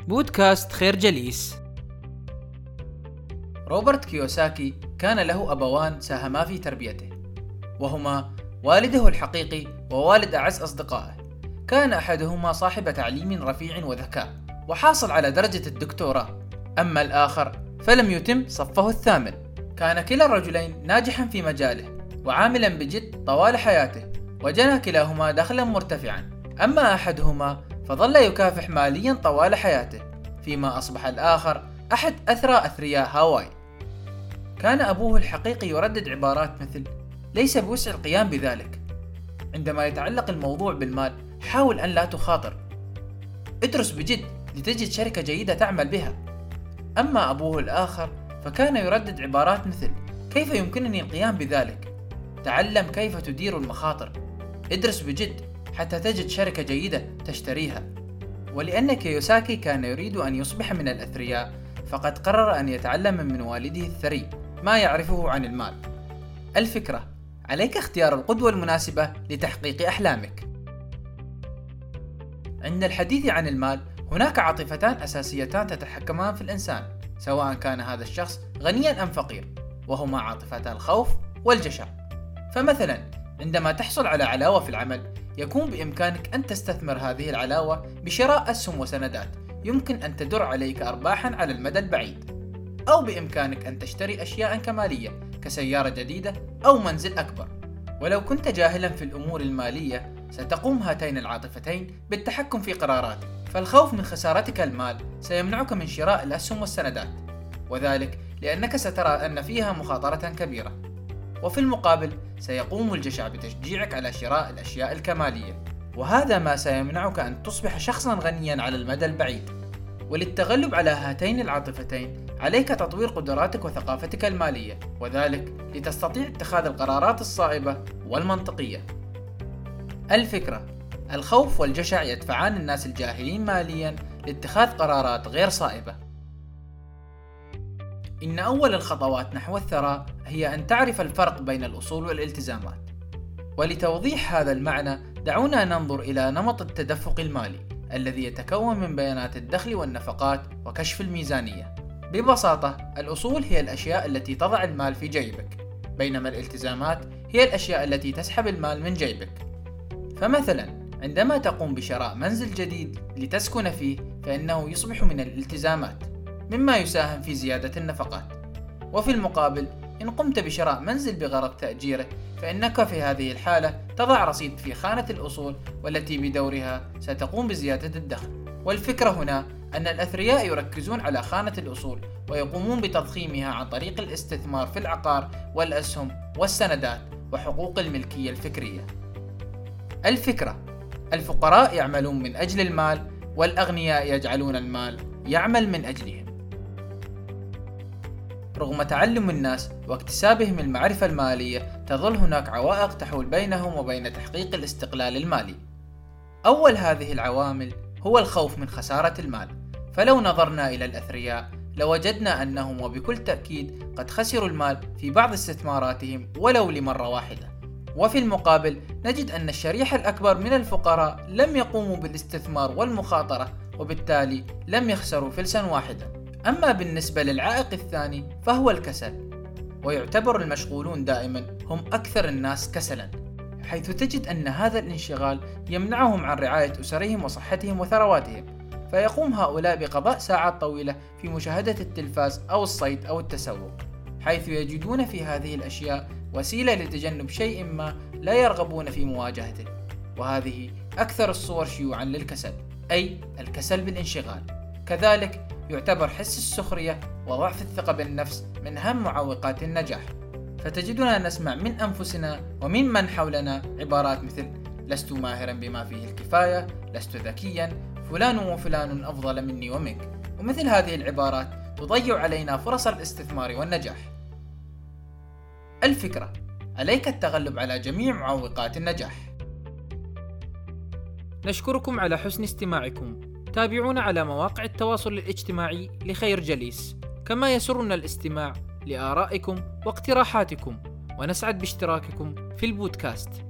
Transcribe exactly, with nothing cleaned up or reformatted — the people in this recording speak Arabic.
بودكاست خير جليس. روبرت كيوساكي كان له أبوان ساهما في تربيته، وهما والده الحقيقي ووالد أعز أصدقائه. كان أحدهما صاحب تعليم رفيع وذكاء وحاصل على درجة الدكتوراه، أما الآخر فلم يتم صفه الثامن. كان كلا الرجلين ناجحا في مجاله وعاملا بجد طوال حياته، وجنى كلاهما دخلا مرتفعا. أما أحدهما فظل يكافح ماليا طوال حياته، فيما أصبح الآخر أحد أثرى أثرياء هاواي. كان أبوه الحقيقي يردد عبارات مثل: ليس بوسع القيام بذلك. عندما يتعلق الموضوع بالمال حاول أن لا تخاطر، ادرس بجد لتجد شركة جيدة تعمل بها. أما أبوه الآخر فكان يردد عبارات مثل: كيف يمكنني القيام بذلك؟ تعلم كيف تدير المخاطر، ادرس بجد حتى تجد شركة جيدة تشتريها. ولأن كيوساكي كان يريد أن يصبح من الأثرياء، فقد قرر أن يتعلم من والده الثري ما يعرفه عن المال. الفكرة: عليك اختيار القدوة المناسبة لتحقيق أحلامك. عند الحديث عن المال هناك عاطفتان أساسيتان تتحكمان في الإنسان، سواء كان هذا الشخص غنيا أم فقير، وهما عاطفتا الخوف والجشع. فمثلا عندما تحصل على علاوة في العمل، يكون بإمكانك أن تستثمر هذه العلاوة بشراء أسهم وسندات يمكن أن تدر عليك أرباحا على المدى البعيد، أو بإمكانك أن تشتري أشياء كمالية كسيارة جديدة أو منزل أكبر. ولو كنت جاهلا في الأمور المالية، ستقوم هاتين العاطفتين بالتحكم في قراراتك. فالخوف من خسارتك المال سيمنعك من شراء الأسهم والسندات، وذلك لأنك سترى أن فيها مخاطرة كبيرة. وفي المقابل سيقوم الجشع بتشجيعك على شراء الأشياء الكمالية، وهذا ما سيمنعك أن تصبح شخصا غنيا على المدى البعيد. وللتغلب على هاتين العاطفتين عليك تطوير قدراتك وثقافتك المالية، وذلك لتستطيع اتخاذ القرارات الصائبة والمنطقية. الفكرة: الخوف والجشع يدفعان الناس الجاهلين ماليا لاتخاذ قرارات غير صائبة. إن أول الخطوات نحو الثراء هي أن تعرف الفرق بين الأصول والالتزامات. ولتوضيح هذا المعنى، دعونا ننظر إلى نمط التدفق المالي الذي يتكون من بيانات الدخل والنفقات وكشف الميزانية. ببساطة، الأصول هي الأشياء التي تضع المال في جيبك، بينما الالتزامات هي الأشياء التي تسحب المال من جيبك. فمثلا عندما تقوم بشراء منزل جديد لتسكن فيه، فإنه يصبح من الالتزامات، مما يساهم في زيادة النفقات. وفي المقابل، إن قمت بشراء منزل بغرض تأجيره، فإنك في هذه الحالة تضع رصيد في خانة الأصول، والتي بدورها ستقوم بزيادة الدخل. والفكرة هنا أن الأثرياء يركزون على خانة الأصول ويقومون بتضخيمها عن طريق الاستثمار في العقار والأسهم والسندات وحقوق الملكية الفكرية. الفكرة: الفقراء يعملون من أجل المال، والأغنياء يجعلون المال يعمل من أجلهم. رغم تعلم الناس واكتسابهم المعرفة المالية، تظل هناك عوائق تحول بينهم وبين تحقيق الاستقلال المالي. أول هذه العوامل هو الخوف من خسارة المال. فلو نظرنا إلى الأثرياء لوجدنا أنهم وبكل تأكيد قد خسروا المال في بعض استثماراتهم ولو لمرة واحدة. وفي المقابل نجد أن الشريحة الأكبر من الفقراء لم يقوموا بالاستثمار والمخاطرة، وبالتالي لم يخسروا فلسا واحدا. أما بالنسبة للعائق الثاني فهو الكسل، ويعتبر المشغولون دائما هم أكثر الناس كسلا، حيث تجد أن هذا الانشغال يمنعهم عن رعاية أسرهم وصحتهم وثرواتهم، فيقوم هؤلاء بقضاء ساعات طويلة في مشاهدة التلفاز أو الصيد أو التسوق، حيث يجدون في هذه الأشياء وسيلة لتجنب شيء ما لا يرغبون في مواجهته. وهذه أكثر الصور شيوعا للكسل، أي الكسل بالانشغال. كذلك يعتبر حس السخرية وضعف الثقة بالنفس من أهم معوقات النجاح، فتجدنا نسمع من أنفسنا ومن من حولنا عبارات مثل: لست ماهرا بما فيه الكفاية، لست ذكيا، فلان وفلان أفضل مني ومنك. ومثل هذه العبارات تضيع علينا فرص الاستثمار والنجاح. الفكرة: عليك التغلب على جميع معوقات النجاح. نشكركم على حسن استماعكم. تابعونا على مواقع التواصل الاجتماعي لخير جليس، كما يسرنا الاستماع لآرائكم واقتراحاتكم، ونسعد باشتراككم في البودكاست.